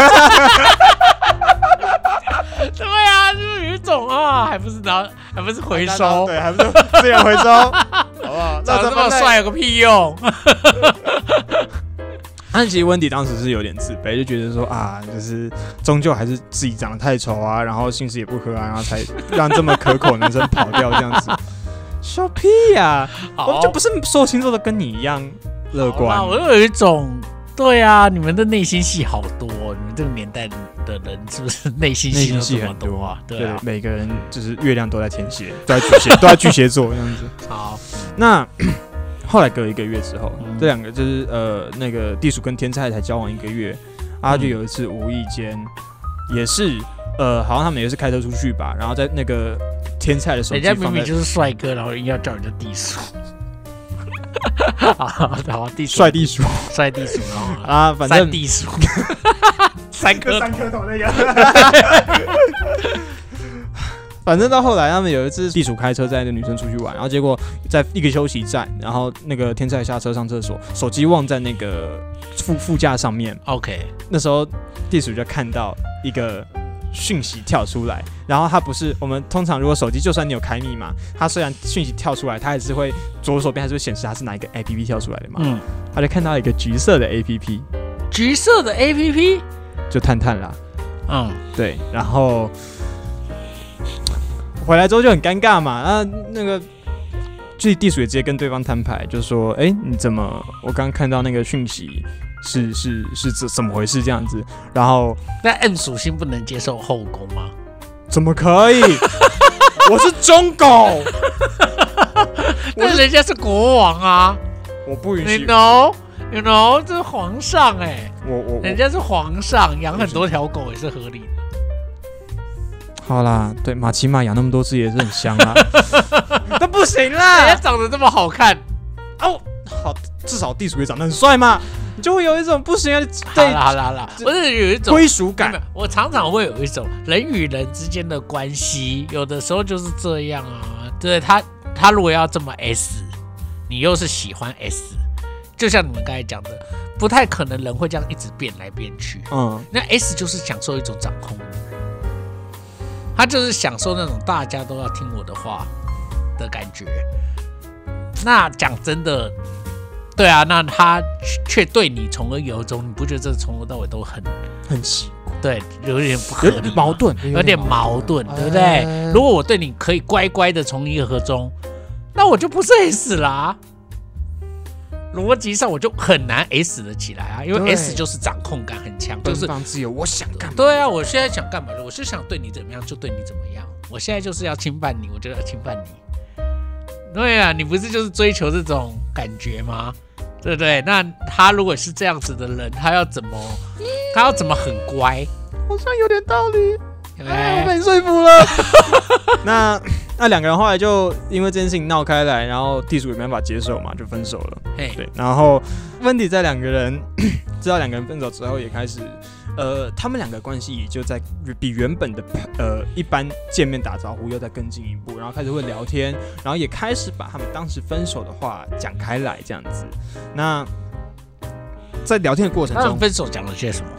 对啊，就是有一种啊，还不是拿，还不是回收， 对，还不是资源回收，好不好？ 长得这么帅有个屁用！ 但其实温迪当时是有点自卑，就觉得说啊，就是终究还是自己长得太丑啊，然后性事也不合啊，然后才让这么可口的男生跑掉这样子。小屁呀、啊！我就不是所有星座都跟你一样乐观。 我有一种。对啊，你们的内心戏好多、哦，你们这个年代的人是不是内心戏都这么多啊？对啊， 每个人就是月亮都在天蝎，都在巨蟹，都在巨蟹座这样子。 好， 那后来隔一个月之后，嗯、这两个就是呃那个地鼠跟天菜才交往一个月，啊，就有一次無意间也是呃好像他们也是开车出去吧，然后在那个天菜的手机， 人家明明就是帅哥，然后硬要叫人家地鼠。好，地鼠， 帅地鼠， 帅地鼠啊，反正三地鼠，三颗三颗头那个。反正到后来，他们有一次地鼠开车载那个女生出去玩，然后结果在一个休息站，然后那个天才下车上厕所，手机忘在那个副副驾上面。 OK， 那时候地鼠就看到一个讯息跳出来，然后它不是我们通常如果手机就算你有开密码，它虽然讯息跳出来，它还是会左手边还是会显示它是哪一个 A P P 跳出来的嘛。嗯，他就看到一个橘色的 A P P， 橘色的 A P P 就探探啦。 嗯， 对，然后回来之后就很尴尬嘛，那那个。所以地鼠也直接跟对方摊牌，就说：“哎、欸，你怎么？我刚刚看到那个讯息是是是是怎么回事？这样子。”然后， 那 M 属性不能接受后宫吗？ 怎么可以？我是中狗， 但人家是国王啊！ 我不允许。 You know, you know， 这是皇上哎、欸， 我我人家是皇上，养很多条狗也是合理的。 好啦，对，马奇马养那么多只也是很香啊，那不行啦！ 人家长得这么好看， 哦， 操，至少地鼠也长得很帅嘛，你就会有一种不行啊，对， 好啦好啦好啦，不是有一种归属感。 我常常会有一种人与人之间的关系，有的时候就是这样啊。对他，他如果要这么 S， 你又是喜欢 S， 就像你们刚才讲的，不太可能人会这样一直变来变去。嗯，那 S 就是享受一种掌控，他就是享受那种大家都要听我的话的感觉。那讲真的，对啊，那他却对你从而有终，你不觉得这从头到尾都很很奇怪？ 对，有点不合理，有点矛盾， 有点矛盾，对不对？哎、如果我对你可以乖乖的从一而终，那我就不是 S 啦、啊。逻辑上我就很难 S 的起来啊，因为 S 就是掌控感很强，就是奔放自由，我想干嘛？ 对啊，我现在想干嘛？我是想对你怎么样就对你怎么样，我现在就是要侵犯你，我就要侵犯你。对啊，你不是就是追求这种感觉吗？对不对？那他如果是这样子的人，他要怎么？他要怎么很乖？ 好像有点道理。哎，我被你说服了。那那两个人后来就因为这件事情闹开来，然后地鼠也没办法接受嘛，就分手了。对，然后温迪在两个人知道两个人分手之后，也开始呃，他们两个关系也就在比原本的呃一般见面打招呼又再更进一步，然后开始会聊天，然后也开始把他们当时分手的话讲开来，这样子。那在聊天的过程中， 他们分手讲了些什么？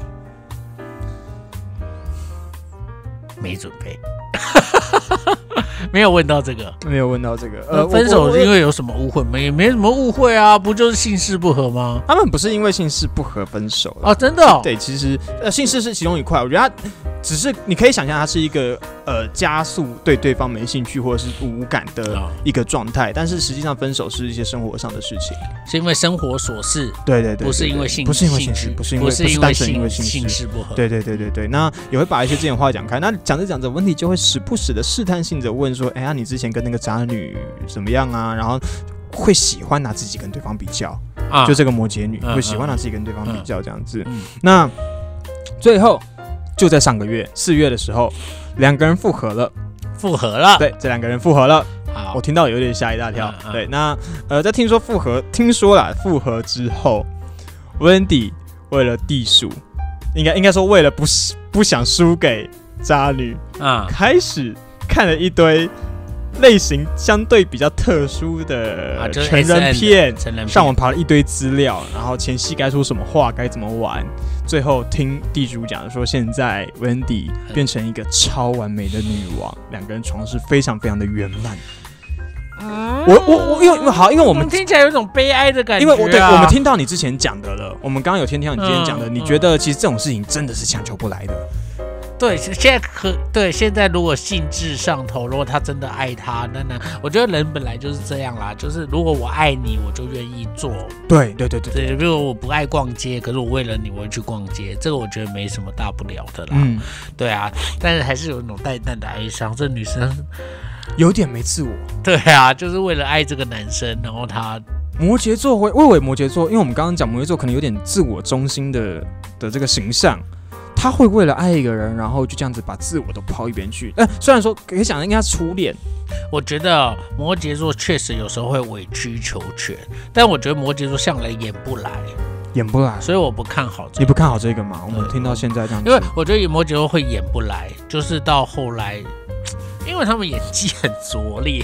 没准备，没有问到这个， 没有问到这个。 呃，分手是因为有什么误会没？也没什么误会啊，不就是姓氏不合吗？ 他们不是因为姓氏不合分手哦，真的、哦。 对，其实呃姓氏是其中一块，我觉得他只是你可以想象，它是一个呃加速对对方没兴趣或者是无感的一个状态，但是实际上分手是一些生活上的事情， 是因为生活琐事， 对对 对, 对, 对, 对， 不是因为姓， 不是因为姓氏，不是因为不是因为单纯因为姓姓氏不合， 对对对对对，那也会把一些这件话讲开，那讲着讲着，问题就会时不时的试探性的问说，哎呀，你之前跟那个渣女怎么样啊？然后会喜欢拿自己跟对方比较，啊、就这个摩羯女、嗯、会喜欢拿自己跟对方比较这样子，嗯、那最后。就在上个月四月的时候，两个人复合了， 复合了， 对，这两个人复合了。 好， 我听到有点吓一大跳。嗯嗯、对，那呃，在听说复合，听说啦，复合之后，温迪为了地鼠，应该应该说为了不不想输给渣女，嗯，开始看了一堆类型相对比较特殊的成人片， 啊、人上网爬了一堆资料，然后前戏该说什么话，该怎么玩。最后听地主讲说，现在 Wendy 变成一个超完美的女王，两个人床是非常非常的圆满。嗯、我我我因为好，因为我们听起来有一种悲哀的感觉、啊。 因为我对我们听到你之前讲的了，我们刚刚有听到你之前讲的，嗯、你觉得其实这种事情真的是强求不来的。 对，现在可对现在如果兴致上头，如果他真的爱他，那那我觉得人本来就是这样啦，就是如果我爱你，我就愿意做。 对对对对对，比如我不爱逛街，可是我为了你，我会去逛街，这个我觉得没什么大不了的啦。嗯，对啊，但是还是有一种淡淡的哀伤，这女生有点没自我。 对啊，就是为了爱这个男生，然后他摩羯座会，我以为摩羯座，因为我们刚刚讲摩羯座可能有点自我中心的的这个形象。他会为了爱一个人，然后就这样子把自我都抛一边去。呃，虽然说可以想应该是初恋， 我觉得摩羯座确实有时候会委曲求全，但我觉得摩羯座向来演不来， 演不来， 所以我不看好这个。 你不看好这个吗？我们听到现在这样子， 因为我觉得摩羯座会演不来，就是到后来，因为他们演技很拙劣，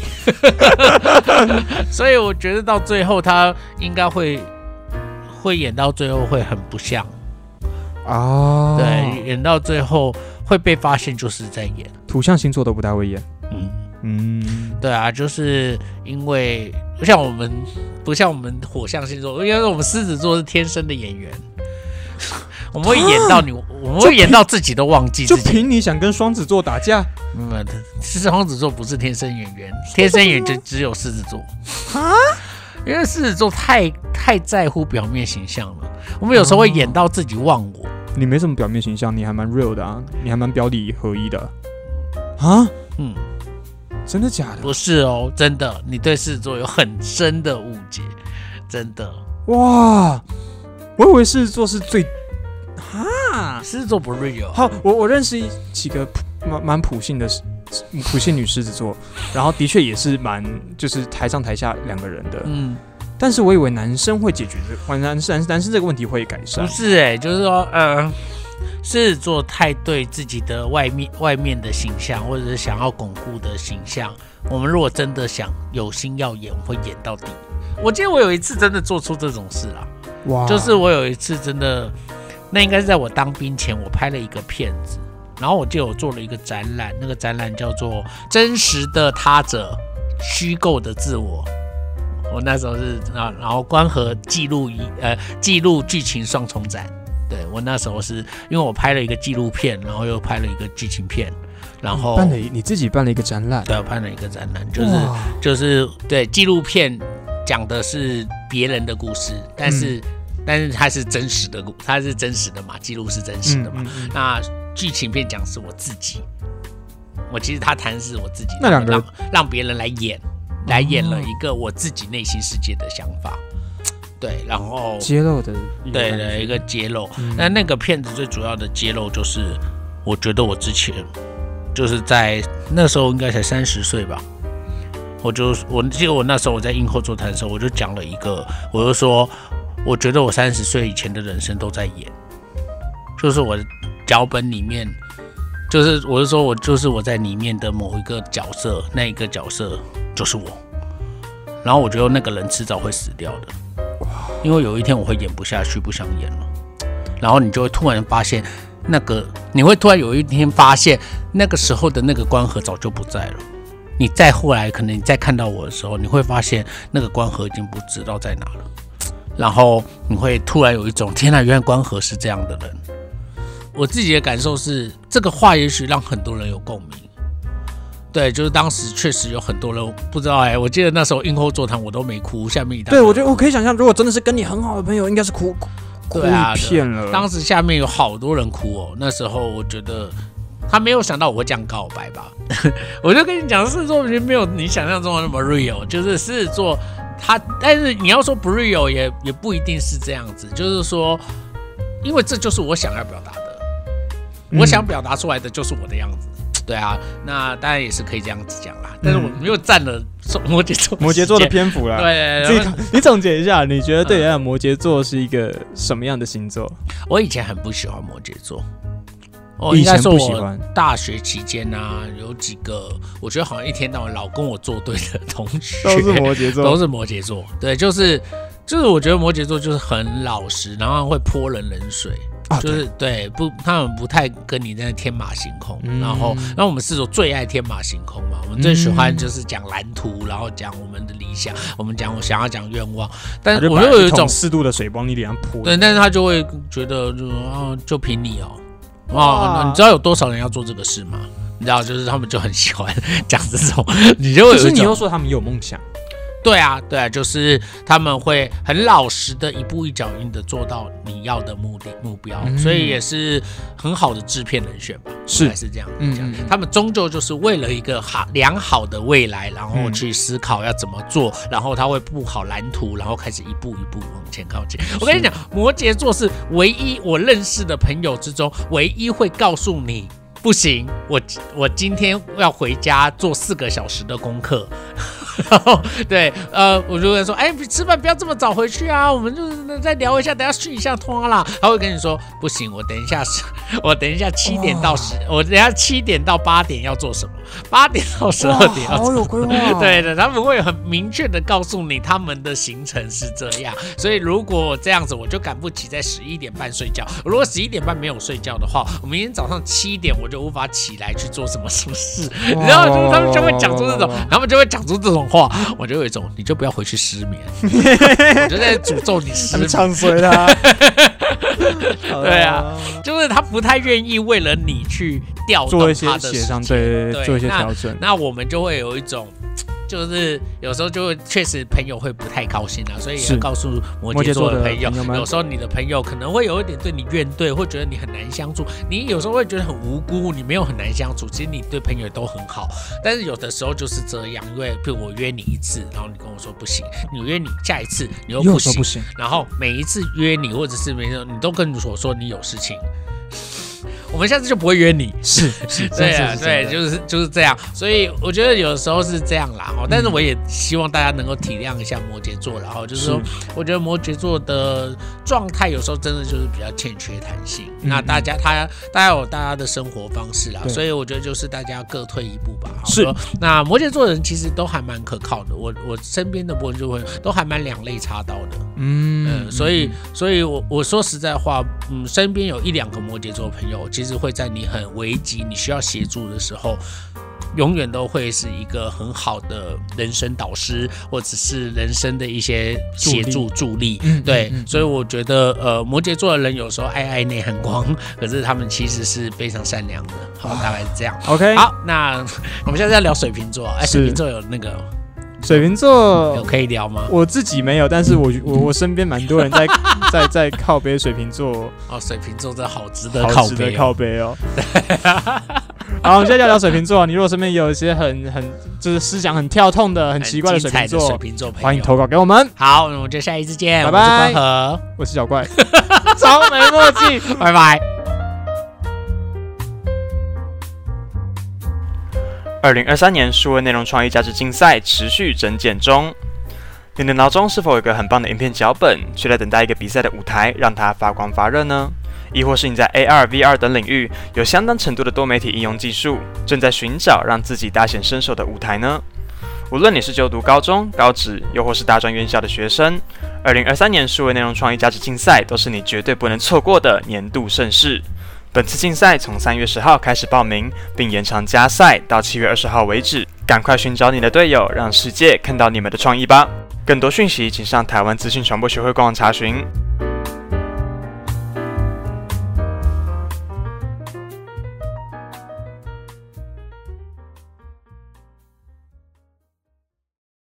所以我觉得到最后他应该会会演到最后会很不像。 哦， 对，演到最后会被发现就是在演。 土象星座都不太会演， 嗯嗯，对啊，就是因为不像我们，不像我们火象星座，因为我们狮子座是天生的演员，我们会演到你，啊、我们会演到自己都忘记自己。 就凭你想跟双子座打架？ 嗯，是双子座不是天生演员，天生演员就只有狮子座啊。因为狮子座太太在乎表面形象了，我们有时候会演到自己忘我。 你没什么表面形象，你还蛮 real 的啊，你还蛮表里合一的啊。嗯，真的假的？ 不是哦，真的，你对狮子座有很深的误解，真的。 哇，我以为狮子座是最啊， 狮子座不 real。 好，我我认识几个蛮蛮普信的。普信女狮子座，然后的确也是蛮就是台上台下两个人的，嗯， 但是我以为男生会解决这个，男生男生这个问题会改善。 不是哎、欸，就是说，呃，狮子座太对自己的外面外面的形象，或者是想要巩固的形象，我们如果真的想有心要演，我会演到底。我记得我有一次真的做出这种事啦，哇！就是我有一次真的，那应该是在我当兵前，我拍了一个片子，然后我记得我做了一个展览，那个展览叫做《真实的他者，虚构的自我》。我那时候是啊，然后关和记录一呃记录剧情双重展。对，我那时候是因为我拍了一个纪录片，然后又拍了一个剧情片，然后办了你自己办了一个展览。 对，我办了一个展览，就是就是对纪录片讲的是别人的故事，但是、嗯、但是它是真实的，它是真实的嘛，记录是真实的嘛。嗯嗯嗯、那剧情片讲是我自己，我其实他谈是我自己， 那两个 让, 让别人来演。来演了一个我自己内心世界的想法，对，然后揭露的， 对的一个揭露。那、嗯、那个片子最主要的揭露就是，我觉得我之前就是在那时候应该才三十岁吧，我就我记得我那时候我在映后座谈的时候，我就讲了一个，我就说，我觉得我三十岁以前的人生都在演，就是我的脚本里面。就是我是说我就是我在里面的某一个角色，那一个角色就是我，然后我觉得那个人迟早会死掉的，因为有一天我会演不下去，不想演了，然后你就会突然发现那个，你会突然有一天发现那个时候的那个关河早就不在了，你再后来可能你再看到我的时候，你会发现那个关河已经不知道在哪了，然后你会突然有一种天哪，原来关河是这样的人。我自己的感受是，这个话也许让很多人有共鸣。对，就是当时确实有很多人不知道哎、欸，我记得那时候映后座谈我都没哭，下面一大堆。 对，我觉得我可以想象，如果真的是跟你很好的朋友，应该是哭哭一片了、 啊。当时下面有好多人哭哦，那时候我觉得他没有想到我会这样告白吧。我就跟你讲，狮子座其实没有你想象中的那么 real， 就是狮子座他，但是你要说不 real 也也不一定是这样子，就是说，因为这就是我想要表达的。我想表达出来的就是我的样子，对啊，那当然也是可以这样子讲啦，但是我没有占了摩羯座摩羯座的篇幅啦。 对， 对对，你总结一下，你觉得对你来讲摩羯座是一个什么样的星座？ 我以前很不喜欢摩羯座，我应该说我大学期间啊，有几个我觉得好像一天到晚老跟我作对的同学都是摩羯座， 都是摩羯座，对，就是就是我觉得摩羯座就是很老实，然后会泼人冷水。就是对不，他们不太跟你在天马行空，嗯、然后，然后我们狮子座最爱天马行空嘛，我们最喜欢就是讲蓝图，嗯、然后讲我们的理想，我们讲我想要讲愿望，但是我又有一种适度的水往你脸上泼， 对，但是他就会觉得就啊，就凭你哦，啊，你知道有多少人要做这个事吗？你知道，就是他们就很喜欢讲这种，你就会有一种，可是你又说他们有梦想。 对啊，对啊，就是他们会很老实的一步一脚印的做到你要的目的目标，嗯、所以也是很好的制片人选吧， 是还是这样讲、嗯嗯。他们终究就是为了一个好良好的未来，然后去思考要怎么做，嗯、然后他会布好蓝图，然后开始一步一步往前靠近。我跟你讲，摩羯座是唯一我认识的朋友之中，唯一会告诉你。不行，我我今天要回家做四个小时的功课。然后对，呃，我就会说，哎，吃饭不要这么早回去啊，我们就是再聊一下，等一下续一下通啦。他会跟你说，不行，我等一下，我等一下七点到十，我等一下七点到八点要做什么，八点到十二点要做什么。 好有规划。 对的，他们会很明确的告诉你他们的行程是这样，所以如果这样子，我就赶不及在十一点半睡觉。如果十一点半没有睡觉的话，我明天早上七点我就无法起来去做什么什么事，你知道，就是他们就会讲出这种，他们就会讲出这种话，我就有一种，你就不要回去失眠，我就在诅咒你失眠， 唱衰他。 对啊，就是他不太愿意为了你去调动他的时间， 对，做一些调整。 那我们就会有一种。就是有时候就会确实朋友会不太高兴啊，所以也要告诉摩羯座的朋友，有时候你的朋友可能会有一点对你怨怼，会觉得你很难相处。你有时候会觉得很无辜，你没有很难相处，其实你对朋友都很好。但是有的时候就是这样，因为譬如我约你一次，然后你跟我说不行，你约你下一次你又不行，然后每一次约你或者是每次你都跟我说你有事情。 我们下次就不会约你。 是是， 对啊，对，就是就是这样。所以我觉得有的时候是这样啦，但是我也希望大家能够体谅一下摩羯座，然后就是说，我觉得摩羯座的状态有时候真的就是比较欠缺弹性。嗯、那大家他大家有大家的生活方式啦，所以我觉得就是大家各退一步吧。 是。 那摩羯座的人其实都还蛮可靠的，我我身边的摩羯座人都还蛮两肋插刀的。嗯，嗯所以所以我我说实在话，嗯，身边有一两个摩羯座朋友，其实会在你很危急、你需要协助的时候，永远都会是一个很好的人生导师，或者是人生的一些协助助力。嗯、对、嗯嗯，所以我觉得，呃，摩羯座的人有时候爱爱内涵光，可是他们其实是非常善良的。好，大概是这样。 OK， 好，那我们现在要聊水瓶座。哎，水瓶座有那个。 水瓶座有可以聊吗？ 我自己没有，但是我我我身边蛮多人在在在靠背水瓶座。 哦，水瓶座真的好值得靠背、哦， 好值得靠背哦。好，我们现在聊聊水瓶座。你如果身边有一些很很就是思想很跳痛的、很奇怪的水瓶座， 水瓶座欢迎投稿给我们。 好，那我们就下一次见， 拜拜。我是关和， 我是小怪，超没默契， 拜拜。 二零二三年数位内容创意价值竞赛持续征件中，你的脑中是否有一个很棒的影片脚本，却在等待一个比赛的舞台，让它发光发热呢？亦或是你在 A R、V R 等领域有相当程度的多媒体应用技术，正在寻找让自己大显身手的舞台呢？无论你是就读高中、高职，又或是大专院校的学生，二零二三年数位内容创意价值竞赛都是你绝对不能错过的年度盛事。本次竞赛从三月十号开始报名，并延长加赛到七月二十号为止。赶快寻找你的队友，让世界看到你们的创意吧！更多讯息请上台湾资讯传播学会官网查询。